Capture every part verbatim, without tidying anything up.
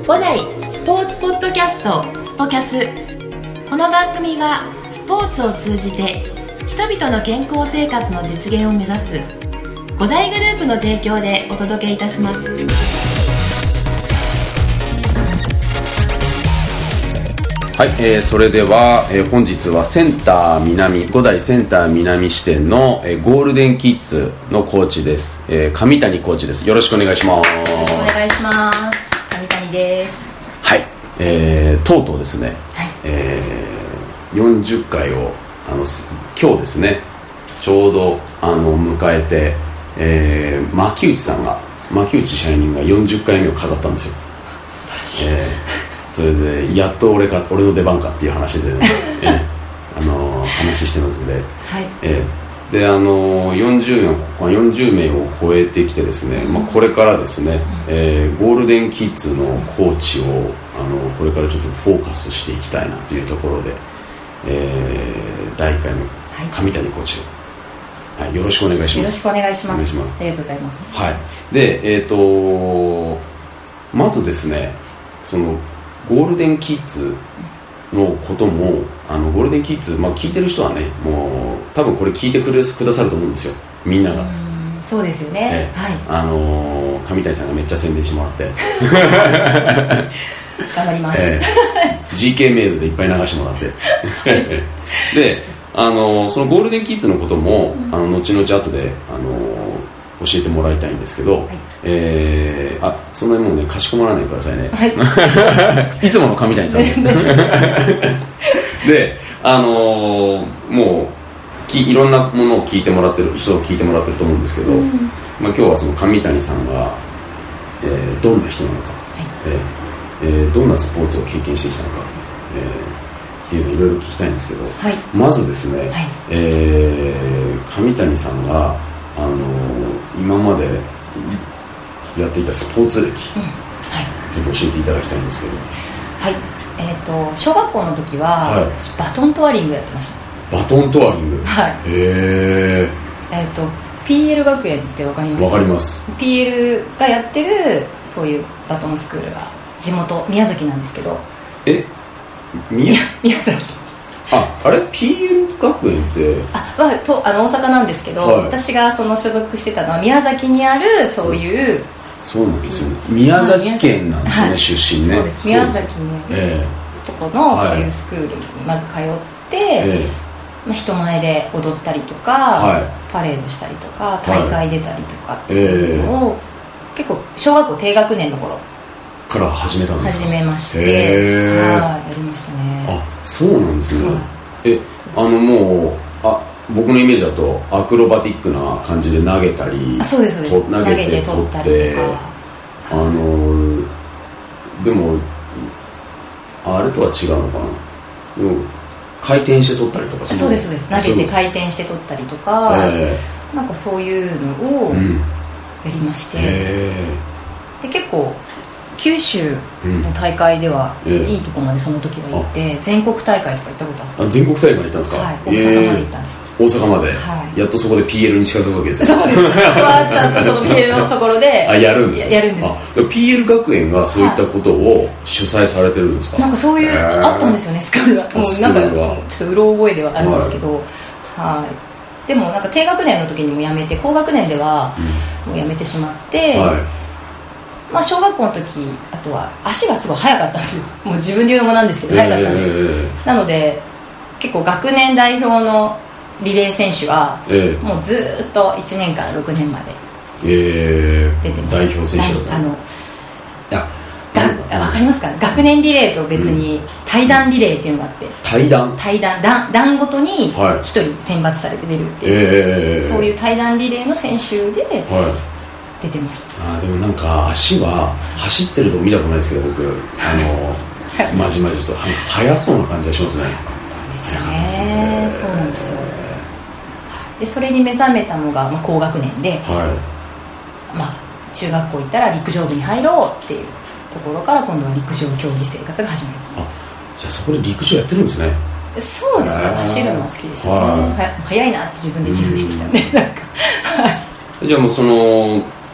五代スポーツポッドキャストスポキャス。この番組はスポーツを通じて人々の健康生活の実現を目指す五大グループの提供でお届けいたします。 はい、えー、それでは、えー、本日はセンター南五代センター南支店の、えー、ゴールデンキッズのコーチです、えー、上谷コーチです。よろしくお願いします。 よろしくお願いします。上谷です。 はい、えー、とうとうですね、 はい、 えー、よんじゅっかいをあの今日ですねちょうどあの迎えて、えー、牧内さんが牧内社員がよんじゅっかいめを飾ったんですよ。 素晴らしい、 えーそれでやっと俺か俺の出番かっていう話で、ねえー、あのー、話してますので、 はい、 えー、であのー、よんじゅうめいよんじゅうめいを超えてきてですね、まあ、これからですね、えー、ゴールデンキッズのコーチをあのー、これからちょっとフォーカスしていきたいなというところで、えー、だいいっかいめ、上谷コーチを、はい、よろしくお願いします。 よろしくお願いします。 お願いします。 ありがとうございます。 はい、でえっ、ー、とまずですねそのゴールデンキッズのこともあのゴールデンキッズ、まあ、聞いてる人はねもう多分これ聞いてくださると思うんですよ、みんなが。 うんそうですよね、 えー、はい、あのー、上谷さんがめっちゃ宣伝してもらって頑張ります、 えー、ジーケー メールでいっぱい流してもらってで、あのー、そのゴールデンキッズのことも、うん、あの後々後で、あのー、教えてもらいたいんですけど、はい、えー、あそんなにもうねかしこまらないでくださいね、はい、いつもの上谷さんでで、あのー、もうきいろんなものを聞いてもらってる人を聞いてもらってると思うんですけど、うん、まあ、今日はその上谷さんが、えー、どんな人なのか、はい、えーえー、どんなスポーツを経験してきたのか、えー、っていうのをいろいろ聞きたいんですけど、はい、まずですね、はい、えー、上谷さんがあのー、今までやっていたスポーツ歴、うん、はい、ちょっと教えていただきたいんですけど。 はい、えーと、小学校の時は、はい、私バトントワリングやってました。 バトントワリング、 はい、 へーえーと ピーエル 学園ってわかりますか？ わかります。 ピーエル がやってるそういうバトンスクールが地元宮崎なんですけど。 え宮, 宮崎あ, あれ ピーエル 学園ってあ、まあ、とあの大阪なんですけど、はい、私がその所属してたのは宮崎にあるそういう、うん、 そうなんですよね、宮崎県なんですね、はい、出身ね。 そうです、宮崎にある、えー、とこのそういうスクールにまず通って、えーまあ、人前で踊ったりとか、はい、パレードしたりとか大会出たりとかっていうのを、はい、結構小学校低学年の頃から始めたんですか？ 始めまして、はい、やりましたね。 あ、そうなんですね、はい、えあのもうあ僕のイメージだとアクロバティックな感じで投げたり、 あ、そうですそうです、投げて取ったりとか、 あのでもあれとは違うのかな、でも回転して取ったりとか。 そうですそうです、投げて回転して取ったりとか、えー、なんかそういうのをやりまして、うん、えー、で結構九州の大会では、うん、いいとこまでその時は行って、全国大会とか行ったことあったんです。 あ、全国大会に行ったんですか？ はい、大阪まで行ったんです、 えー、大阪まで、はい、やっとそこで ピーエル に近づくわけですよ。 そうです、そこはちゃんとその ピーエル のところであ、やるんです、 や、やるんです。 あ、ピーエル 学園がそういったことを主催されてるんですか？ なんかそういう、えー、あったんですよね、スクールは。もうなんかちょっとうろ覚えではあるんですけど、はい、はい、でもなんか低学年の時にもやめて、高学年ではもうやめてしまって、うん、はい、まあ、小学校の時、あとは足がすごい速かったんですよ。もう自分で言うのもなんですけど速かったんです、えー、なので結構学年代表のリレー選手は、えー、もうずっといちねんからろくねんまで出てました、えー、代表選手だった。あのが分かりますか？学年リレーと別に対談リレーっていうのがあって、 対談対談段、段ごとにひとり選抜されて出るっていう、はい、そういう対談リレーの選手で、はい、出てました。 あ、でもなんか足は走ってるとこ見たことないですけど、僕あのまじまじと速そうな感じがしますね。 速かったんですよね。そうなんですよ。でそれに目覚めたのが、まあ、高学年で、はい、まあ、中学校行ったら陸上部に入ろうっていうところから今度は陸上競技生活が始まります。 あ、じゃあそこで陸上やってるんですね。 そうですね、走るのは好きでしたね。は速いなって自分で自負していたんで、なんかじゃあもうその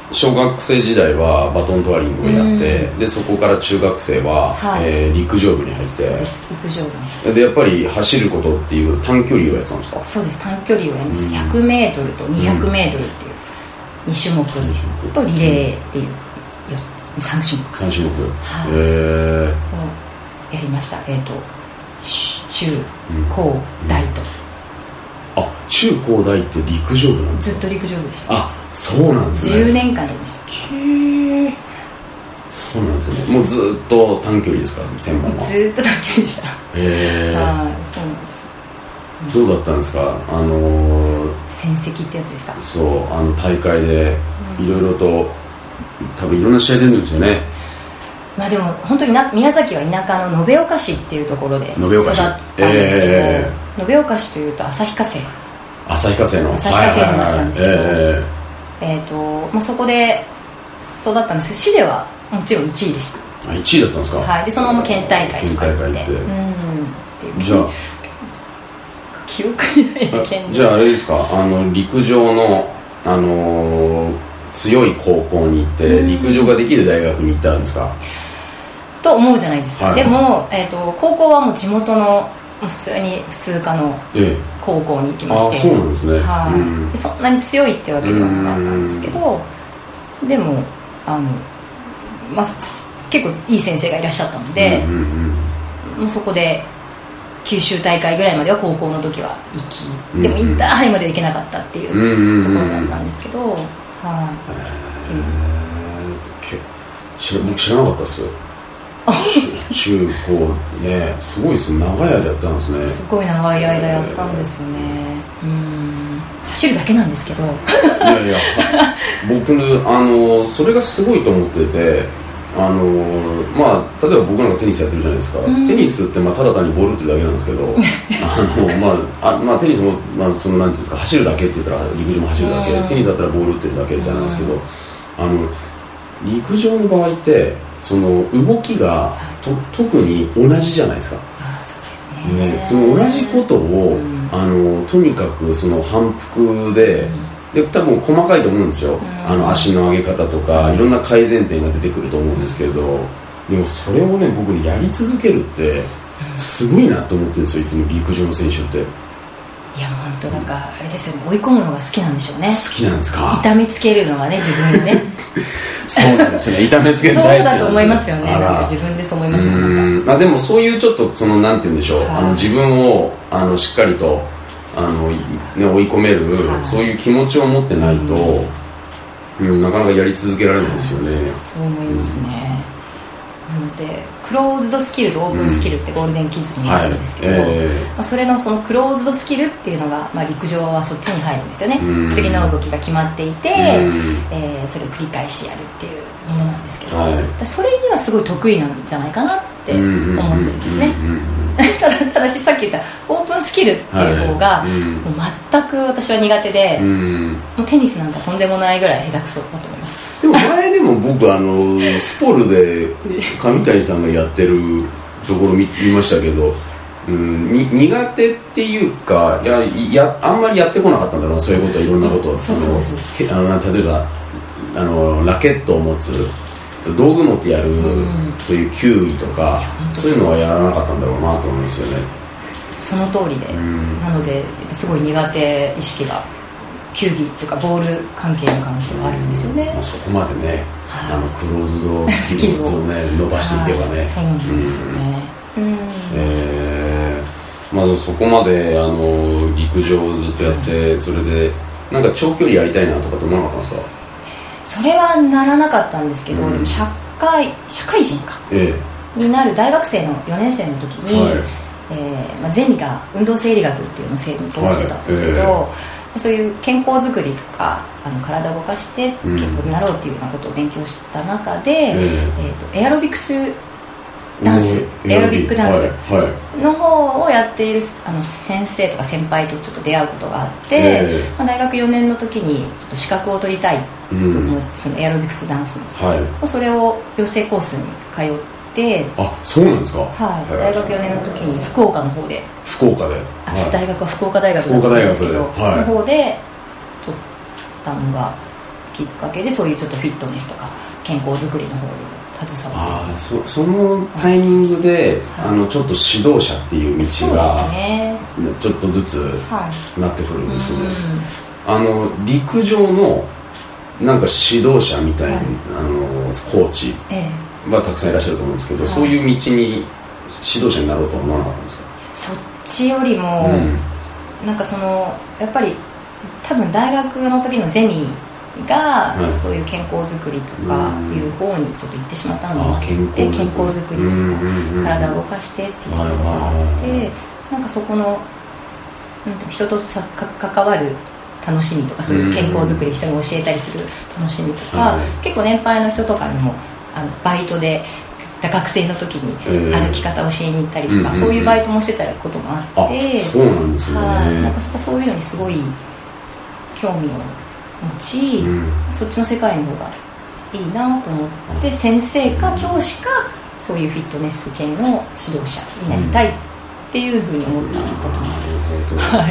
小学生時代はバトントワリングをやって、うん、でそこから中学生は、はい、えー、陸上部に入って、 そうです、陸上部に入ってでやっぱり走ることっていう短距離をやってたんですか？ そうです、短距離をやりました、うん、ひゃくメートルとにひゃくメートルっていうに種目とリレーっていうさん種目さん種目、 はい、 へーやりました。えっ、ー、と中高大と、 うん、あ、中高大って陸上部なんですか？ ずっと陸上部でした。 あ、そうなんですね。 じゅうねんかんやりました。 へえ、そうなんですね。もうずっと短距離ですか？専門はずっと短距離でした。へえ、 はい、そうなんですよ。 どうだったんですか？あのー、 戦績ってやつですか？ そう、あの大会でいろいろと多分いろんな試合出るんですよね。 まあでも本当にな宮崎は田舎の延岡市っていうところで育ったんですけど、 えー、延岡市というと旭化成旭化成の旭化成の町なんですけど、えーえーとまあ、そこで育ったんですけど、市ではもちろんいちいでした。 あ、いちいだったんですか？ はい、でそのまま県大会とか行って、 県大会行って、 うんっていう、 じゃあ記憶にない県じゃああれですか、あの陸上の、あのー、強い高校に行って陸上ができる大学に行ったんですか？ と思うじゃないですか、はい、でも、えーと、高校はもう地元の普通に普通科の高校に行きまして、 ええ、あ、そうなんですね、 はい、うん、でそんなに強いってわけではなかったんですけど、でもあの、まあ、結構いい先生がいらっしゃったので、うんうんうん、まあ、そこで九州大会ぐらいまでは高校の時は行き、うんうん、でもインターハイまでは行けなかったっていうところだったんですけど、はい、あ、っていう、 えー、僕知らなかったっす中高ね、すごいですね、長い間やったんですね。 すごい長い間やったんですよね、えー、うん、走るだけなんですけどいやいや僕の、あのそれがすごいと思ってて、あのまあ、例えば僕なんかテニスやってるじゃないですか、うん、テニスってまあただ単にボールってるだけなんですけどあの、まああまあ、テニスも、まあ、そのなんていうんですか、走るだけって言ったら陸上も走るだけ、うん、テニスだったらボール打ってるだけみたいなんですけど、うん、あの陸上の場合ってその動きがと特に同じじゃないですか。 あ、そうですね。 ね、その同じことを、うん、あのとにかくその反復で、うん、で多分細かいと思うんですよ、うん、あの足の上げ方とか、うん、いろんな改善点が出てくると思うんですけど、でもそれをね僕にやり続けるってすごいなと思ってるんですよ、いつも陸上の選手って。 いや、本当なんかあれですよね、追い込むのが好きなんでしょうね。 好きなんですか？ 痛めつけるのがね、自分でねそうなんですね、痛めつけるの大好きなんですよ。そうだと思いますよね、なんか自分でそう思いますもん。なんか、 まあ、でもそういうちょっとそのなんて言うんでしょう、あの自分をあのしっかりとあの、ね、追い込める、そういう気持ちを持ってないと、うんうん、なかなかやり続けられないですよね。 そう思いますね、うん、なのでクローズドスキルとオープンスキルってゴールデンキッズにあるんですけど、うん、はい、えーまあ、それのそのクローズドスキルっていうのが、まあ、陸上はそっちに入るんですよね、うん、次の動きが決まっていて、うん、えー、それを繰り返しやるっていうものなんですけど、はい、それにはすごい得意なんじゃないかなって思ってるんですね。ただ、ただしさっき言ったオープンスキルっていう方が、はい、もう全く私は苦手で、うん、もうテニスなんかとんでもないぐらい下手くそだと思います。 でも前でも僕あのスポルで上谷さんがやってるところ 見, 見ましたけど、うん、に苦手っていうか、いやいやあんまりやってこなかったんだろうな、そういうこと、いろんなことを、その例えばあのラケットを持つ道具持ってやる、うん、そういう球技とかそういうのはやらなかったんだろうなと思いますよね。 その通りで、うん、なのですごい苦手意識が球技とかボール関係に関してはあるんですよね、うん、まあ、 そこまでね、はい、あのクローズドスキルを、ね、伸ばしていけばね、はい、 そうなんですよね、うんうん、 えー、まずそこまであの陸上をずっとやって、うん、それでなんか長距離やりたいなとかって思わなかったんですか？ それはならなかったんですけど、うん、でも社会、社会人か、ええ、になる大学生のよねん生の時に、はい、えーまあ、ゼミが運動生理学っていうのを専攻してたんですけど、はい、えーそういう健康づくりとかあの体を動かして健康になろうっていうようなことを勉強した中で、うん、えー、とエアロビクスダンス、うん、エアロビックダンスの方をやっているあの先生とか先輩とちょっと出会うことがあって、えーまあ、大学よねんの時にちょっと資格を取りたいと思って、うん、そのエアロビクスダンスの、はい、それを養成コースに通って、 あ、そうなんですか、 はい、大学よねんの時に福岡の方で、 福岡で、はい、 大学は福岡大学だったんですけど、はい、の方で取ったのがきっかけでそういうちょっとフィットネスとか健康づくりの方にも携わる。 あ そ, そのタイミングで、はい、あのちょっと指導者っていう道がそうです、ね、ちょっとずつなってくるんですよね、はい、あの陸上のなんか指導者みたいな、はい、あのコーチはたくさんいらっしゃると思うんですけど、はい、そういう道に指導者になろうとは思わなかったんですか？ そっちよりも、うん、なんかそのやっぱり多分大学の時のゼミが、はい、そういう健康づくりとかいう方にちょっと行ってしまったのもあって、健康づくりとか体を動かしてっていうのがあって、なんかそこの人とさ関わる楽しみとか、そういう健康づくり人に教えたりする楽しみとか、結構年配の人とかにもあのバイトで学生の時に歩き方を教えに行ったりとか、そういうバイトもしてたこともあって、 そうなんですね。 なんかそういうのにすごい興味を持ち、うん、そっちの世界の方がいいなと思って、先生か教師かそういうフィットネス系の指導者になりたいっていうふうに思ったんだと思います、うん、はい、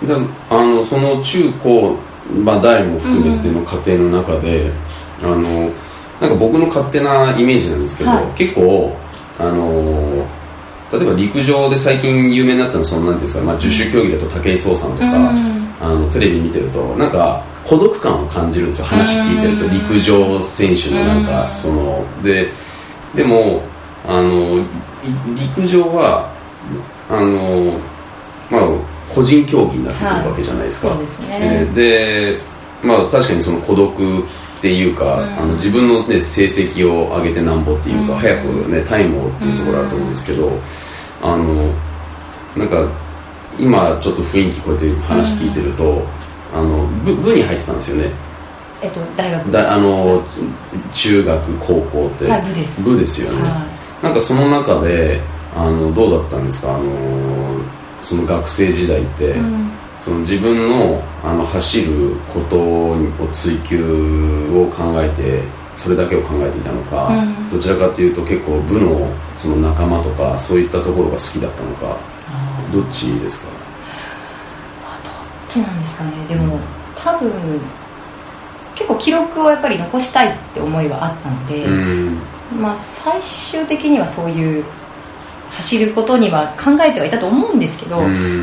であのその中高、まあ、大も含めての過程の中で、うん、あのなんか僕の勝手なイメージなんですけど、はい、結構あの例えば陸上で最近有名になったのはそのなんていうんですか、まあ、十種競技だと武井壮さんとか、うん、あのテレビ見てるとなんか孤独感を感じるんですよ、話聞いてると。陸上選手のなんかそのででもあの陸上はあの、まあ、個人競技になってくるわけじゃないですか、 はい、そうですね、 えー、で、まあ、確かにその孤独っていうか、うん、あの自分の、ね、成績を上げてなんぼっていうか、うん、早く、ね、タイムをっていうところあると思うんですけど、うん、あのなんか今ちょっと雰囲気こうやって話聞いてると、うん、あの 部, 部に入ってたんですよね、 えっと、大学だあの中学高校って、 はい、部です、 部ですよね、はい、なんかその中であのどうだったんですか、あのその学生時代って、うん、その自分 の, あの走ることを追求を考えてそれだけを考えていたのか、うん、どちらかというと結構部 の, その仲間とかそういったところが好きだったのか、どっちですか？ どっちなんですかね。でも多分結構記録をやっぱり残したいって思いはあったので、うん、まあ最終的にはそういう走ることには考えてはいたと思うんですけど、うん、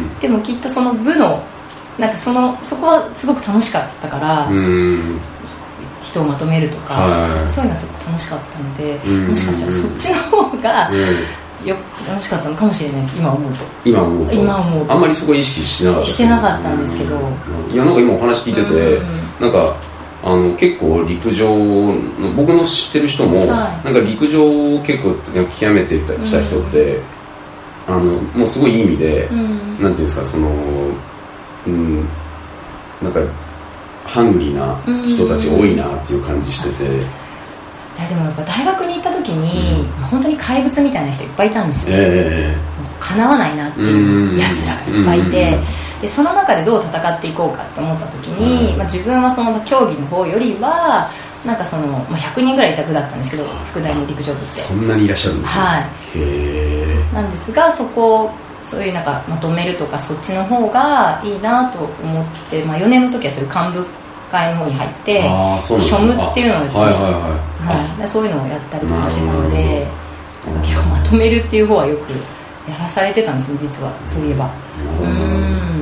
でもきっとその部のなんか そ, のそこはすごく楽しかったから、うん、人をまとめると か,、はい、そういうのはすごく楽しかったので、うん、もしかしたらそっちの方が、うん、よ楽しかったのかもしれないです、今思うと。 今思うと今思うとあんまりそこ意識しなかった、 してなかったんですけど、 うん、いやなんか今お話聞いてて、うん、なんかあの結構陸上の僕の知ってる人も、はい、なんか陸上を結構極めてきた人って、うん、あのもうすごいいい意味で、うん、なんていうんですか、その、うん、なんかハングリーな人たちが多いなっていう感じしてて、うん、いやでもやっぱ大学に行った時に、うん、本当に怪物みたいな人いっぱいいたんですよ、えー、叶わないなっていうやつらがいっぱいいて、うん、でその中でどう戦っていこうかって思った時に、うん、まあ、自分はその競技の方よりはなんかその、まあ、ひゃくにんぐらいいた部だったんですけど、副大の陸上部ってそんなにいらっしゃるんですね、 はい、へー。なんですがそこをそういうなんかまとめるとかそっちの方がいいなと思って、まあ、よねんの時はそういう幹部会の方に入って庶務っていうのをやってました、はいはいはい、そういうのをやったりとかしてたので、なんか結構まとめるっていう方はよくやらされてたんですね、実は。そういえばうん、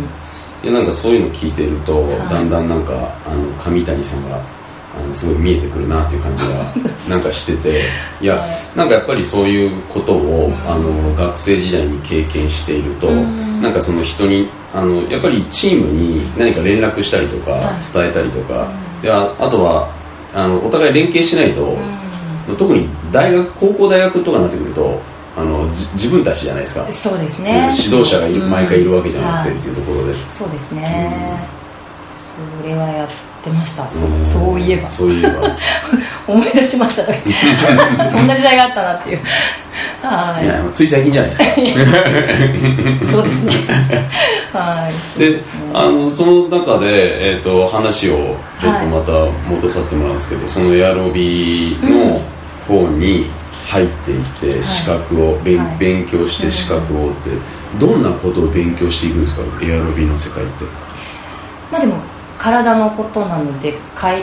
いやなんかそういうの聞いてると、はい、だんだんなんかあの上谷さんがあのすごい見えてくるなっていう感じがなんかしてていや、はい、なんかやっぱりそういうことを、うん、あの学生時代に経験していると、うん、なんかその人にあのやっぱりチームに何か連絡したりとか、はい、伝えたりとか、うん、で あ, あとはあのお互い連携しないと、うん、特に大学高校大学とかになってくるとあの自分たちじゃないですか。 そうですね、 指導者がいる、うん、毎回いるわけじゃなくてっていうところで、はい、 そうですね、うん、それはやってました。 そ, うそういえばそういえば思い出しましたそんな時代があったなっていうはい、 いやつい最近じゃないですかそうですねはいで、ね、あのその中で、えー、と話をちょっとまた戻させてもらうんですけど、はい、そのエアロビの方に入っていって、うん、資格を、はい、勉強して資格をって、うん、どんなことを勉強していくんですか、エアロビの世界って。 まあでも体のことなので回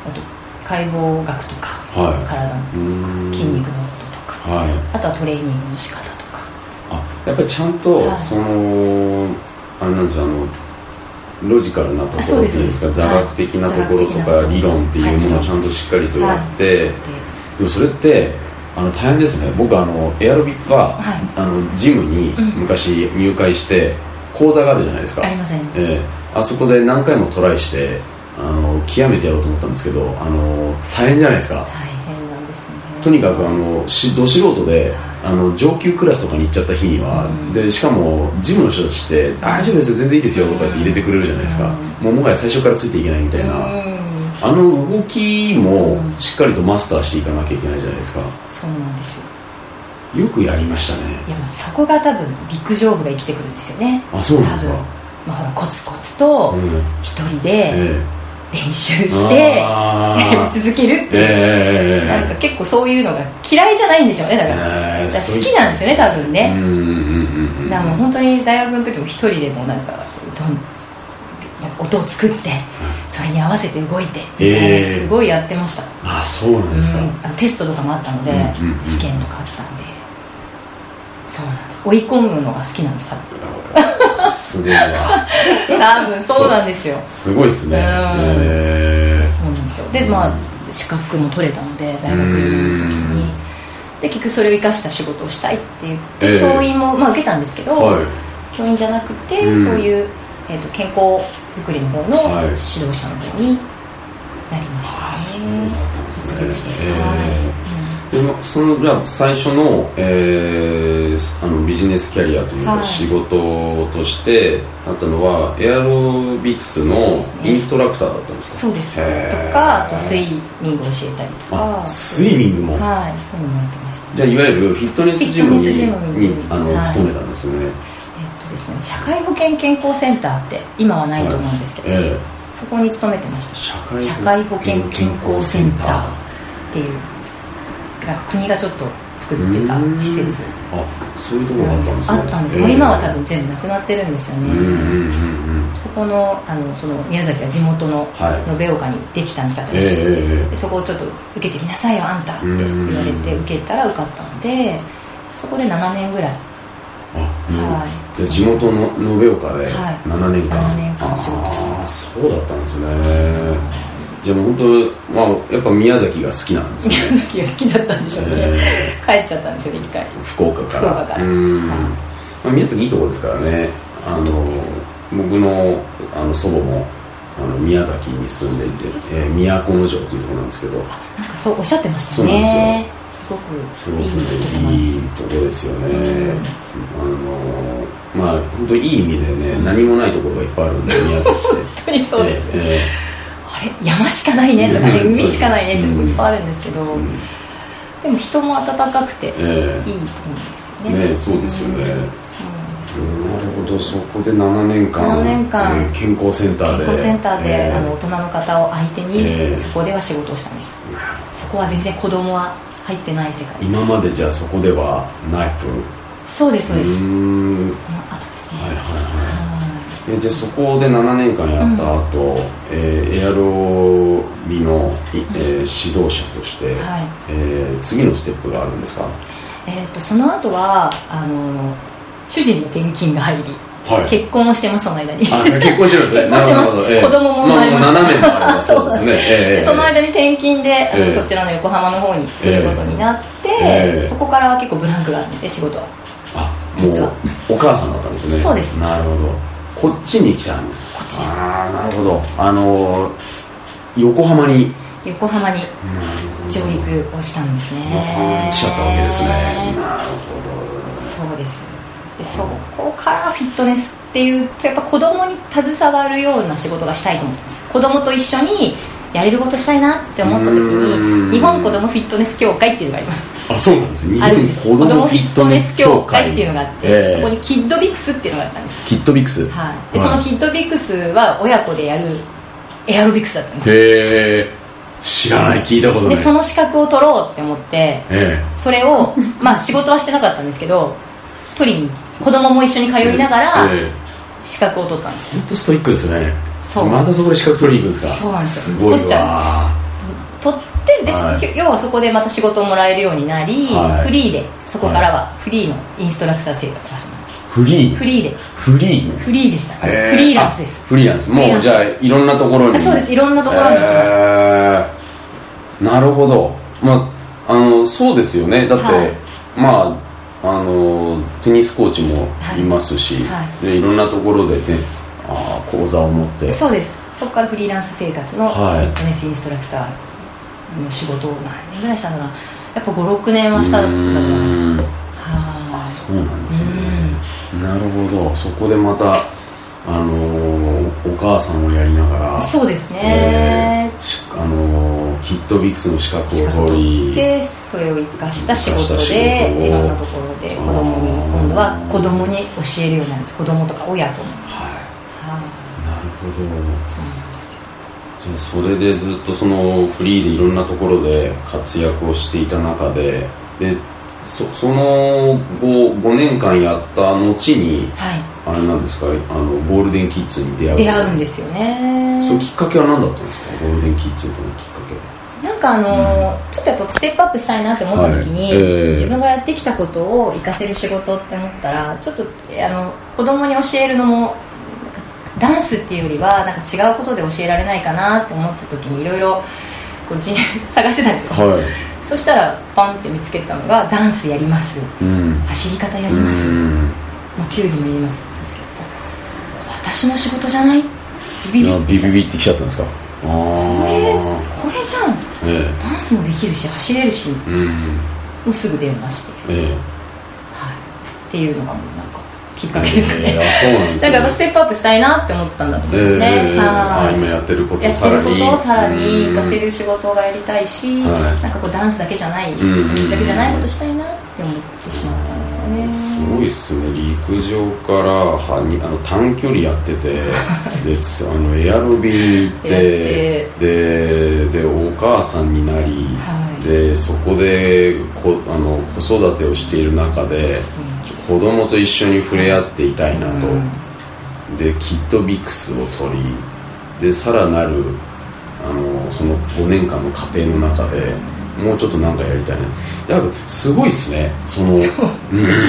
あと解剖学とか、はい、体の筋肉のこととか、はい、あとはトレーニングの仕方とか、 あやっぱりちゃんと、はい、そのあれなんですよ、あのロジカルなところっていうんですか、座学的なところとか理論っていうものをちゃんとしっかりとやって、はいはい、でもそれってあの大変ですね。僕あのエアロビは、はい、あのジムに昔入会して講座があるじゃないですか。 ありません、 えー、あそこで何回もトライしてあの極めてやろうと思ったんですけど、あの大変じゃないですか。 大変なんですよね。 とにかくあのしど素人であの上級クラスとかに行っちゃった日には、うん、でしかもジムの人たちって大丈夫ですよ全然いいですよとかって入れてくれるじゃないですか、うん、もうもはや最初からついていけないみたいな、うん、あの動きもしっかりとマスターしていかなきゃいけないじゃないですか、うん、 そうなんですよ。 よくやりましたね。 いやそこが多分陸上部が生きてくるんですよね。 あ、そうなんですか。 まあ、ほらコツコツと一人で練習して、うん、続けるっていう、えー、なんか結構そういうのが嫌いじゃないんでしょうね。だから、えー、だから好きなんですよね多分ね。うんうんうんうん、だからもう本当に大学の時も一人でもなんかどんなんか音を作ってそれに合わせて動いてみたいなのすごいやってました、 えー、あ、そうなんですか、 うん、あのテストとかもあったので、うんうんうん、試験とかあったんで、そうなんです。追い込むのが好きなんです多分。 すごいわ。 多分そうなんですよ。 すごいですね、 えー、そうなんですよ。でまあ資格も取れたので大学にいる時にで結局それを生かした仕事をしたいって言って、えー、教員も、まあ、受けたんですけど、はい、教員じゃなくてそういう、えー、と健康づくりの方の指導者の方になりましたね、はい、そうだったんですね。卒業して、えーはいでそのじゃあ最初の、えー、あのビジネスキャリアというか仕事としてあったのは、はい、エアロビクスのインストラクターだったんですか。 そうですね。とかあとスイミングを教えたりとか。 スイミングも、 はい、そういうのもやってました、ね、 じゃあいわゆるフィットネスジムににあの、はい、勤めたんですね。えっとですね、社会保険健康センターって今はないと思うんですけど、はいえー、そこに勤めてました。 社会保険健康センターっていうなんか国がちょっと作ってた施設。 あ、そういうところがあったんですね。 あったんです、えー、もう今は多分全部なくなってるんですよね。うんうんうんうん、そこの、あのその宮崎は地元の延岡にできたんです、新しい、えー、でそこをちょっと受けてみなさいよあんたって言われて受けたら受かったのでそこでななねんぐらい。 あ、はい、で地元の延岡でななねんかん、はい、ななねんかん仕事してます。そうだったんですね。じゃあもう本当、まあ、やっぱ宮崎が好きなんですね。 宮崎が好きだったんでしょうね、えー、帰っちゃったんですよ一回福岡から。 福岡から、 うん、はい、まあ、宮崎いいとこですからね。あの僕の、あの祖母もあの宮崎に住んでいて、えー、都城というところなんですけど、なんかそうおっしゃってましたね。そうなんですよ。すごくいいところです。 いいところですよね、うん、あのまあ本当にいい意味でね、うん、何もないところがいっぱいあるんで宮崎って本当にそうですね、えー、あれ山しかないねとかね海しかないねってとこいっぱいあるんですけど、うん、でも人も温かくていいと思うんですよね、 えー、ね、そうですよね、うん、そうなんですよ。なるほど。そこでななねんかん、 ななねんかん、 えー、健康センターで健康センターで、えー、あの大人の方を相手に、えー、そこでは仕事をしたんです。そこは全然子供は入ってない世界。 今までじゃあそこではナイフ。 そうですそうです。うーん、その後ですね。はいはいはい。はい、でそこでななねんかんやった後、うん、えー、エアロビの、えー、指導者として、はい、えー、次のステップがあるんですか。 えー、とその後はあの主人の転勤が入り、はい、結婚をしてます。その間に。 あ、結婚してるんですね。 結婚してます、えー、子供も生まれました。 まあ、ななねんもありますそうですね、えー、 その間に転勤であの、えー、こちらの横浜の方に来ることになって、えー、そこからは結構ブランクがあるんですね、仕事は。 あ、実はお母さんだったんですね。 そうです。 なるほど。こっちに来ちゃうんですか。 こっちです。 ああ、なるほど。あの横浜に横浜に上陸をしたんですね。 横浜に来ちゃったわけですね。なるほど。 そうです。でそこからフィットネスっていうとやっぱ子供に携わるような仕事がしたいと思ってます。子供と一緒にやれることしたいなって思った時に日本子供フィットネス協会っていうのがあります。 あ、そうなんですね。 あるんです。子供フィットネス協会っていうのがあって、えー、そこにキッドビクスっていうのがあったんです。 キッドビクス、 はい、でそのキッドビクスは親子でやるエアロビクスだったんですよ。 へえ、知らない、聞いたことない。 でその資格を取ろうって思って、えー、それをまあ仕事はしてなかったんですけど取りに子供も一緒に通いながら資格を取ったんです。 本当ストイックですね。 そう、 またそこで資格取りに行くんですか。 そうなんですよ。 すごいわ。 取っちゃう。 取ってで、はい、要はそこでまた仕事をもらえるようになり、はい、フリーでそこからはフリーのインストラクター生活が始まります。 フリーフリーでフリーフリーでした。フリーランスです。 フリーランス、もうじゃあいろんなところに。 そうです、いろんなところに行きました。 えー、なるほど。まああのそうですよね。だって、はい、まああのテニスコーチもいますし、はいはい、でいろんなところで、ね、あ講座を持って。 そうです。そこからフリーランス生活のフィットネスインストラクターの仕事を何年ぐらいしたのかな。やっぱごろくねんはしたんだと思います。 あ、そうなんですね。なるほど。そこでまたあのー、お母さんをやりながら、 そうですね、 えー、あのー、キットビクスの資格を取りでそれを生かした仕事でいろんなところで子供に今度は子供に教えるようになるんです。子供とか親とも。 はい、はあ、なるほど。そうなんですよ。じゃあそれでずっとそのフリーでいろんなところで活躍をしていた中で、でそ, その 5, 5年間やった後に、はい、あれなんですか、あのゴールデンキッズに出会う出会うんですよね。 そのきっかけは何だったんですか、ゴールデンキッズのきっかけは。 なんかあの、うん、ちょっとやっぱステップアップしたいなって思った時に、はい、えー、自分がやってきたことを活かせる仕事って思ったら、ちょっとあの子供に教えるのもダンスっていうよりはなんか違うことで教えられないかなって思った時にいろいろ探してたんですよ、はい、そしたらパンって見つけたのがダンスやります、うん、走り方やります、うん、まあ、球技もやります。私の仕事じゃない、 ビビビビビビってきちゃったんですか。あこれこれじゃん、ええ、ダンスもできるし走れるし、うん、もうすぐ電話して、ええ、はい、っていうのがもうなんかきっかけですね。えー、そうなんですね。だからステップアップしたいなって思ったんだと思いますね。えー、 あ今やってることをさらにやってることをさらに活かせる仕事がやりたいし、はい、なんかこうダンスだけじゃない、フィットネスだけじゃないことしたいなって思ってしまったんですよね。 すごいっすね。陸上からはにあの短距離やっててであのエアロビに行ってででお母さんになり、はい、でそこでこあの子育てをしている中で子供と一緒に触れ合っていたいなと、うん、でキットビクスを取りでさらなるあのそのごねんかんの過程の中でもうちょっと何かやりたいな。やっぱすごいですね、そのそ、うんうん、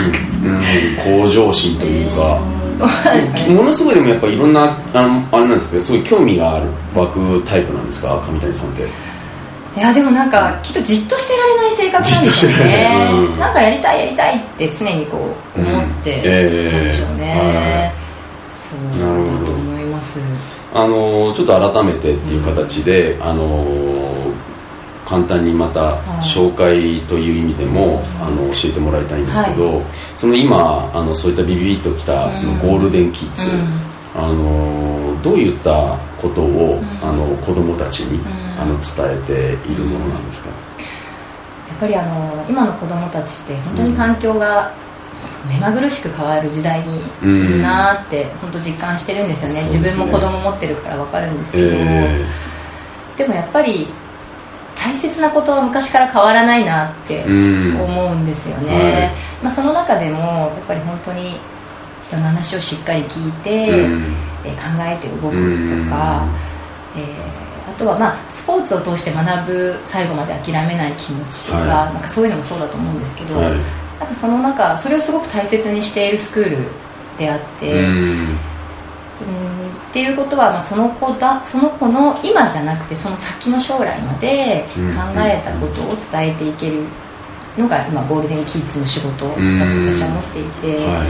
向上心というか、えー、ものすごいでもやっぱいろんなあのあれなんですけどすごい興味がある湧くタイプなんですか、上谷さんって。 いやでもなんかきっとじっとしてられない性格なんですよね、うん、なんかやりたいやりたいって常にこう思ってたんでしょうね、うんえー、そうだと思います。 あのちょっと改めてっていう形で、うん、あの簡単にまた紹介という意味でも、はい、あの教えてもらいたいんですけど、はい、その今あのそういったビビビッときたそのゴールデンキッズ、うん、あのどういったことを、うん、あの子どもたちに、うん、あの伝えているものなんですか。 やっぱりあの今の子どもたちって本当に環境が目まぐるしく変わる時代にいるなって本当実感してるんですよね、うん、自分も子ども持ってるから分かるんですけど、えー、でもやっぱり大切なことは昔から変わらないなって思うんですよね、うんはいまあ、その中でもやっぱり本当に人の話をしっかり聞いて、うん、え考えて動くとか、うん、えー、あとはまあスポーツを通して学ぶ最後まで諦めない気持ちとか、はい、なんかそういうのもそうだと思うんですけど、はい、なんかその中それをすごく大切にしているスクールであって、うんうんっていうことは、まあ、その子だその子の今じゃなくてその先の将来まで考えたことを伝えていけるのが今ゴールデンキッズの仕事だと私は思っていて、はい、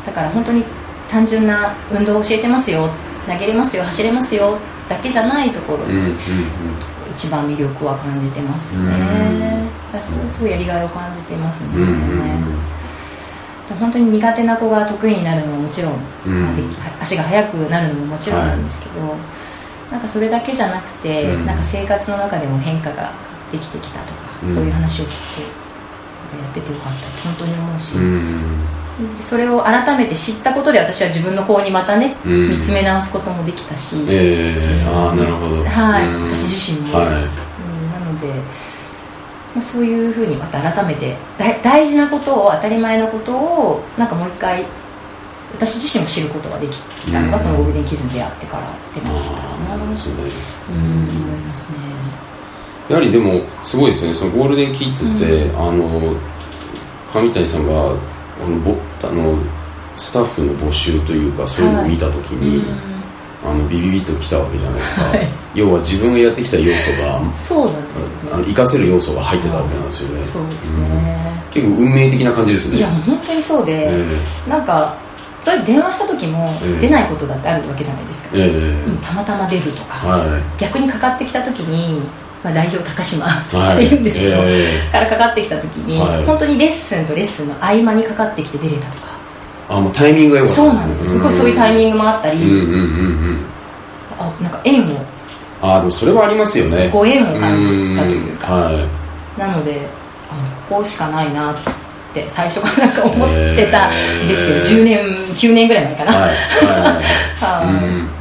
だから本当に単純な運動を教えてますよ、投げれますよ、走れますよだけじゃないところに一番魅力は感じてますね。だからそれすごいやりがいを感じていますね。本当に苦手な子が得意になるのももちろん、うん、足が速くなるのももちろんなんですけど、はい、なんかそれだけじゃなくて、うん、なんか生活の中でも変化ができてきたとか、うん、そういう話を聞くとやっててよかったって本当に思うし、うん、でそれを改めて知ったことで私は自分の子にまたね、うん、見つめ直すこともできたし、 えー、ああなるほど、 はい、うん、私自身も、はいうん、なのでそういうふうにまた改めて大事なことを当たり前のことをなんかもう一回私自身も知ることができたのが、うん、このゴールデンキッズに出会ってからってなったかなと、ね、うん、思いますね。 やはりでもすごいですよね、そのゴールデンキッズって、うん、あの上谷さんがあのぼあのスタッフの募集というかそういうのを見たときに、はい、あのビビビッときたわけじゃないですか、はい、要は自分がやってきた要素がそうなんです、ね、あの活かせる要素が入ってたわけなんですよね。 そうですね、 うん、結構運命的な感じですね。 いや本当にそうで、えー、なんか例えば電話した時も出ないことだってあるわけじゃないですか、えー、でもたまたま出るとか、はい、逆にかかってきた時に、まあ、代表高島っていうんですけど、はいえー、からかかってきた時に、はい、本当にレッスンとレッスンの合間にかかってきて出れたとか、 あもうタイミングが良かったですね。 そうなんですよ、すごいそういうタイミングもあったり、うんうんうんうん、あなんか縁をあでもそれはありますよね、 ご縁を感じたというか、 はい、 なのであここしかないなって最初からなんか思ってたんですよ、えー、じゅうねんきゅうねんぐらい前かな、はいはいはい、 うん、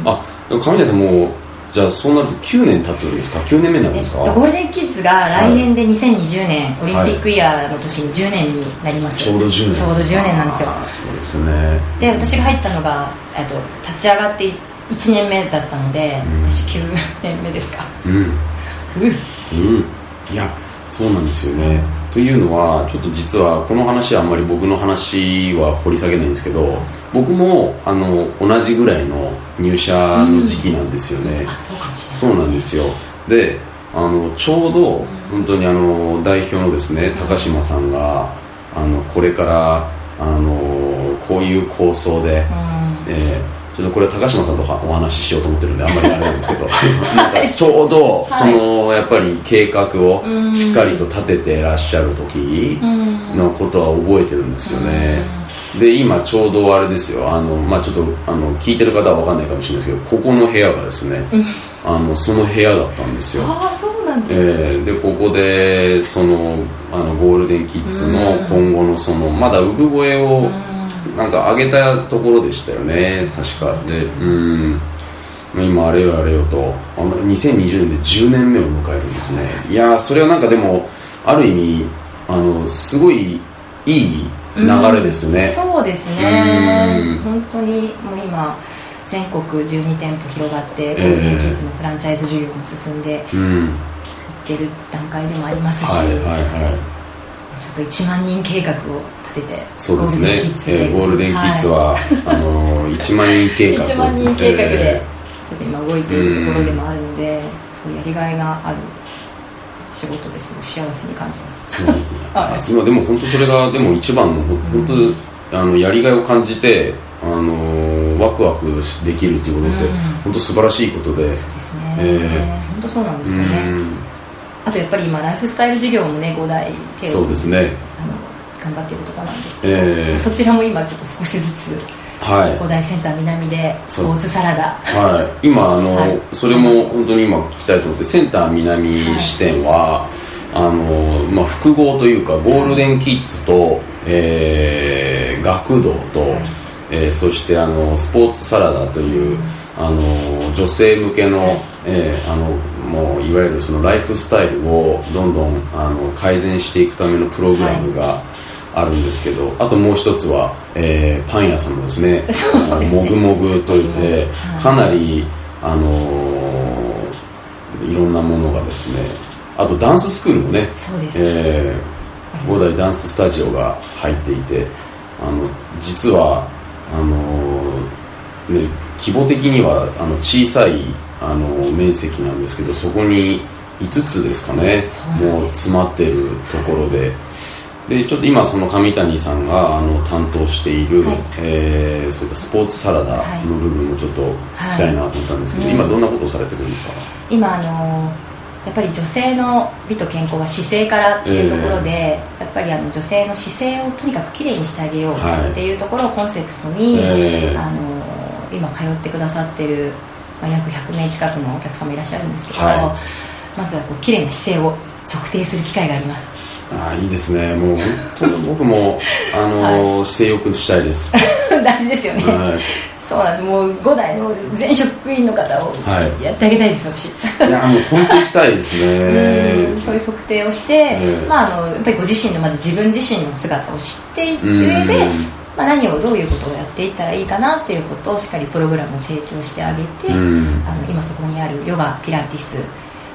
あ上谷さんもうじゃあそうなるときゅうねん経つんですか、きゅうねんめになるんですか、 えっと、ゴールデンキッズが来年でにせんにじゅうねん、はい、オリンピックイヤーの年にじゅうねんになります、 ちょうどじゅうねんちょうどじゅうねんなんですよ。 あそうですね。 で私が入ったのがえっと立ち上がっていちねんめだったので、うん、私きゅうねんめですか、うん、ふう、 うん、いやそうなんですよね。というのはちょっと実はこの話はあんまり僕の話は掘り下げないんですけど、僕もあの同じぐらいの入社の時期なんですよね、うん、 あそうかもしれないですね。 そうなんですよ。であのちょうど本当にあの代表のですね高島さんがあのこれからあのこういう構想で、うんえーちょっとこれ高島さんとお話ししようと思ってるんであんまりあれなんですけどなんかちょうどそのやっぱり計画をしっかりと立ててらっしゃる時のことは覚えてるんですよね。で今ちょうどあれですよ、あの、まあ、ちょっとあの聞いてる方は分かんないかもしれないですけど、ここの部屋がですねあのその部屋だったんですよ。 ああそうなんですね、 えー、でここでそのあのゴールデンキッズの今後のそのまだ産声をなんか上げたところでしたよね確かで、うん今あれよあれよとあのにせんにじゅうねんでじゅうねんめを迎えるんですね。いやそれはなんかでもある意味あのすごいいい流れですね、 うん、そうですね、うん、本当にもう今全国じゅうにてんぽ広がってゴールデンキッズのフランチャイズ事業も進んでいってる段階でもありますし、はいはいはい、ちょっといちまんにん計画を立ててそうですね、ゴールデンキッズは、はい、あのいちまんにん計画いちまんにん計画でちょっと今動いているところでもあるので、うん、そうやりがいがある仕事ですごい幸せに感じます。 そうあそうでも本当それがでも一番の本当、うん、あのやりがいを感じてあのワクワクできるっていうことって、うん、本当素晴らしいことで、 そうですね、えー、本当そうなんですよね、うん、あとやっぱり今ライフスタイル事業もねごだい手をそうですねあの頑張っているところなんですけど、えー、そちらも今ちょっと少しずつはい、五大センター南でスポーツサラダ、 はい、今あの、はい、それも本当に今聞きたいと思ってセンター南支店は、はい、あのまあ、複合というかゴールデンキッズと、えー、学童と、はいえー、そしてあのスポーツサラダという、うん、あの女性向けの、はいえー、あのもういわゆるそのライフスタイルをどんどんあの改善していくためのプログラムが、はいあるんですけど、あともう一つは、えー、パン屋さんのですねそうですねもぐもぐといって、はい、かなり、あのー、いろんなものがですねあとダンススクールもねそうです、 えー、五大ダンススタジオが入っていてあの実はあのーね、規模的にはあの小さいあの面積なんですけどそこにいつつですかねもう詰まっているところででちょっと今その上谷さんがあの担当している、はいえー、そういったスポーツサラダの部分もちょっと聞きたいなと思ったんですけど、はい、今どんなことをされてるんですか？ 今あのやっぱり女性の美と健康は姿勢からっていうところで、えー、やっぱりあの女性の姿勢をとにかくきれいにしてあげようっていうところをコンセプトに、はいえー、あの今通ってくださってる、まあ、約ひゃくめい近くのお客様いらっしゃるんですけど、はい、まずはこうきれいな姿勢を測定する機会があります。 ああいいですね。もう本当に僕もあの、はい、姿勢よくしたいです大事ですよね、はい、そうなんです。もうごだいの全職員の方をやってあげたいです、 はい、いやもう本当に行きたいですねうんそういう測定をして、ねまあ、あのやっぱりご自身のまず自分自身の姿を知っていく上で、まあ、何をどういうことをやっていったらいいかなっていうことをしっかりプログラムを提供してあげてあの今そこにあるヨガ、ピラティス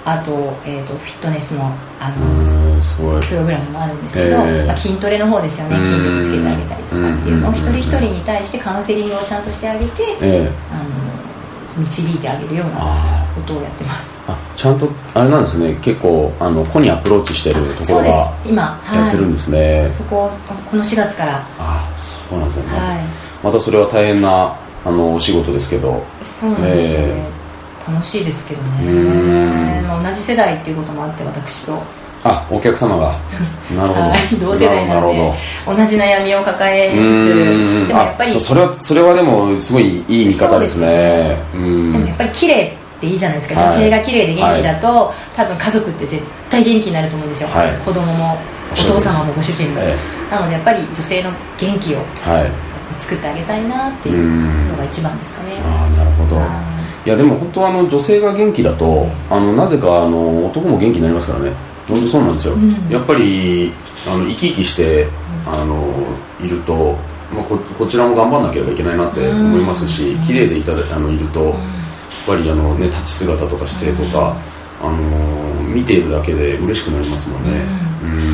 あと、えー、とフィットネスの、あのすごいプログラムもあるんですけど、 えーまあ、筋トレの方ですよね。筋力つけてあげたりとかっていうのを一人一人に対してカウンセリングをちゃんとしてあげて、 えー、 あの導いてあげるようなことをやってます。 あ、ちゃんとあれなんですね。結構あの子にアプローチしてるところが今やってるんですね。 はい、そここのしがつから。 あ、そうなんですね、 はい、 またそれは大変なあのお仕事ですけど。 そうなんですよね、えー、楽しいですけどね。うーん、まあ、同じ世代っていうこともあって、私とあ、お客様がなるほど、はい、 同世代なので同じ悩みを抱えつつ、でもやっぱりそれはそれはでもすごいいい見方ですね。 うん、でもやっぱり綺麗っていいじゃないですか。女性が綺麗で元気だと、はい、多分家族って絶対元気になると思うんですよ、はい、子供もお父様もご主人も、ええ、なのでやっぱり女性の元気を作ってあげたいなっていうのが一番ですかね。 あ、なるほど。いやでも本当はあの女性が元気だと、あのなぜかあの男も元気になりますからね。本当そうなんですよ、うん、やっぱりあの生き生きして、うん、あのいると、まあ、こ, こちらも頑張らなければいけないなって思いますし、うん、綺麗でいたあのいると、うん、やっぱりあの、ね、立ち姿とか姿勢とか、うん、あの見ているだけで嬉しくなりますもんね。うん、うん、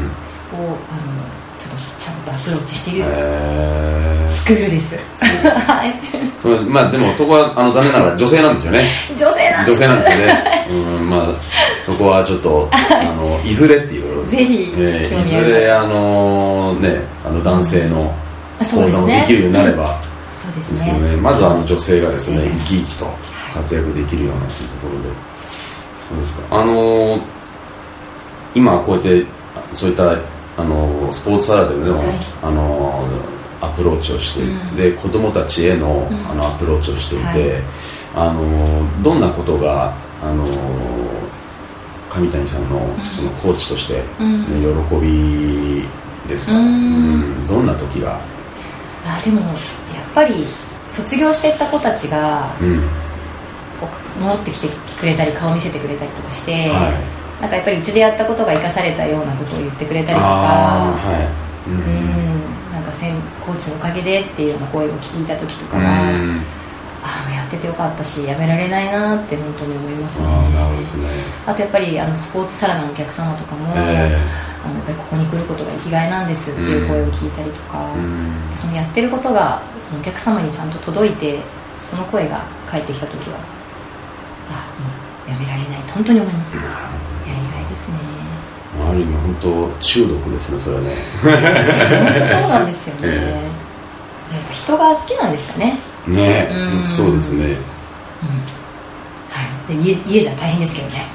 そこをあのちょっとちゃんとアプローチしているスクールです。はい。 それ、まあでもそこはあの残念ながら女性なんですよね。 女性なんです。 女性なんですよね。うん、まあそこはちょっとあのいずれっていうぜひ、 ね、いずれあのねあの男性の講座もできるようになれば、 そうですね。 ね、まずはあの女性がですね生き生きと活躍できるようなというところで、そうですか。あの今こうやってそういったあのスポーツサラダでの、はい、あのアプローチをして、うん、で子供たちへの、うん、あのアプローチをしていて、はい、あのどんなことがあの上谷さん の, そのコーチとして、ね、うん、喜びですか、うんうん、どんな時が。 あ、でもやっぱり卒業していった子たちが、うん、戻ってきてくれたり顔見せてくれたりとかして、はい、なんかやっぱりうちでやったことが生かされたようなことを言ってくれたりとか、はい、うん、うん、なんかコーチのおかげでっていうような声を聞いた時とかは、うん、あ、やっててよかったしやめられないなって本当に思いますね。 あ, なるほどですね。 あとやっぱりあのスポーツサラダのお客様とかも、えー、あのやっぱりここに来ることが生きがいなんですっていう声を聞いたりとか、うん、そのやってることがそのお客様にちゃんと届いてその声が返ってきた時は、あ、もうやめられないと本当に思いますね。やりがいですね。 ある意味本当中毒ですね、それはね。 本当そうなんですよね、えー、やっぱ人が好きなんですかね。 ね、うん、そうですね、うん、はい、 で 家, 家じゃ大変ですけどね。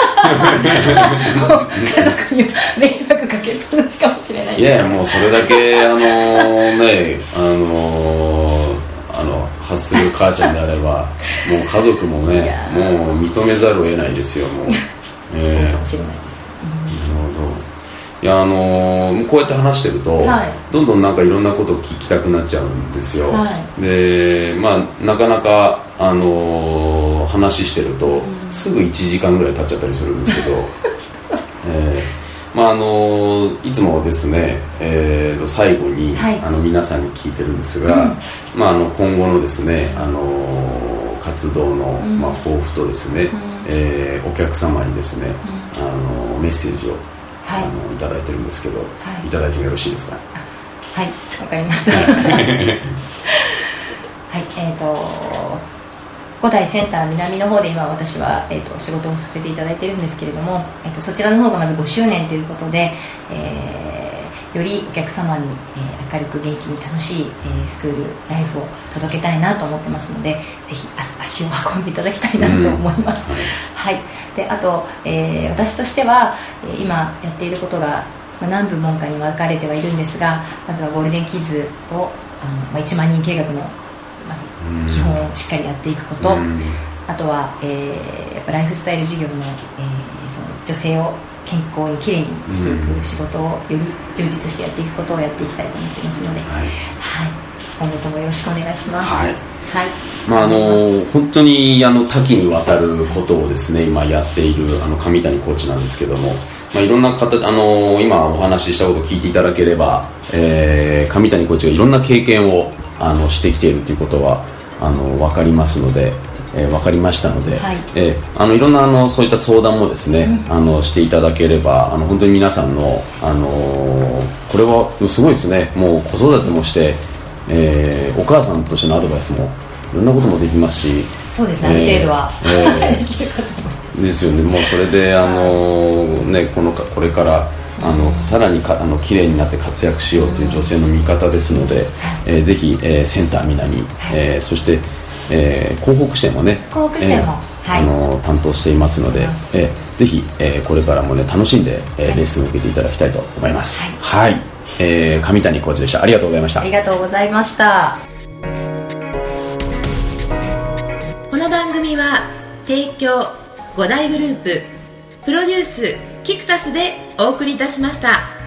家族に迷惑かけっぱなしかもしれないです。 いやいや、もうそれだけあのねあのあの発する母ちゃんであればもう家族もねもう認めざるを得ないですよ。もう、 えー、そうかもしれないです、 うん、なるほど。いや、あのー、こうやって話してると、はい、どんどんなんかいろんなことを聞きたくなっちゃうんですよ、はい、で、まあ、なかなか、あのー、話してると、うん、すぐいちじかんぐらい経っちゃったりするんですけど、えーまああのー、いつもですね、えー、最後に、はい、あの皆さんに聞いてるんですが、うん、まあ、あの今後のですね、あのー、活動の、うん、まあ、抱負とですね、うん、えー、お客様にですね、うん、あのメッセージをはい、あのいただいてるんですけど、はい、いただいてもよろしいですか。 はい、わかりました。はい、えっ、ー、と五代センター南の方で今私は、えー、と仕事をさせていただいているんですけれども、えー、とそちらの方がまずごしゅうねんということで、えー、よりお客様に、えー、明るく元気に楽しい、えー、スクールライフを届けたいなと思ってますので、ぜひ足を運んでいただきたいなと思います、うん、はい、であと、えー、私としては、えー、今やっていることが、まあ、何部門かに分かれてはいるんですが、まずはゴールデンキッズをあの、まあ、いちまんにん計画のまず基本をしっかりやっていくこと、うん、あとは、えー、やっぱライフスタイル事業の、えー、その女性を健康にきれいにしていく仕事をより充実してやっていくことをやっていきたいと思ってますので、はいはい、今後ともよろしくお願いします。はい、はい、 まあ、あの本当にあの多岐にわたることをですね今やっているあの上谷コーチなんですけども、まあ、いろんな方あの今お話ししたことを聞いていただければ、えー、上谷コーチがいろんな経験をあのしてきているということはあの分かりますので、 えー、分かりましたので、 はい、 えー、あのいろんなあのそういった相談もですね、うん、あのしていただければあの本当に皆さんの、あのー、これはすごいですね。もう子育てもして、えー、お母さんとしてのアドバイスもいろんなこともできますし、 そうですね、ある程度は、 えーえー、ですよね。もうそれで、あのーね、このこれからあのさらにかあの綺麗になって活躍しようという女性の味方ですので、えー、ぜひ、えー、センター南、えー、そして、えー、広北支店もね、 広北支店も、 えーはい、あの担当していますので、えー、ぜひ、えー、これからもね楽しんで、えー、レッスンを受けていただきたいと思います。はい、はい、えー、上谷コーチでした。ありがとうございました。 ありがとうございました。 この番組は提供五大グループプロデュースキクタスでお送りいたしました。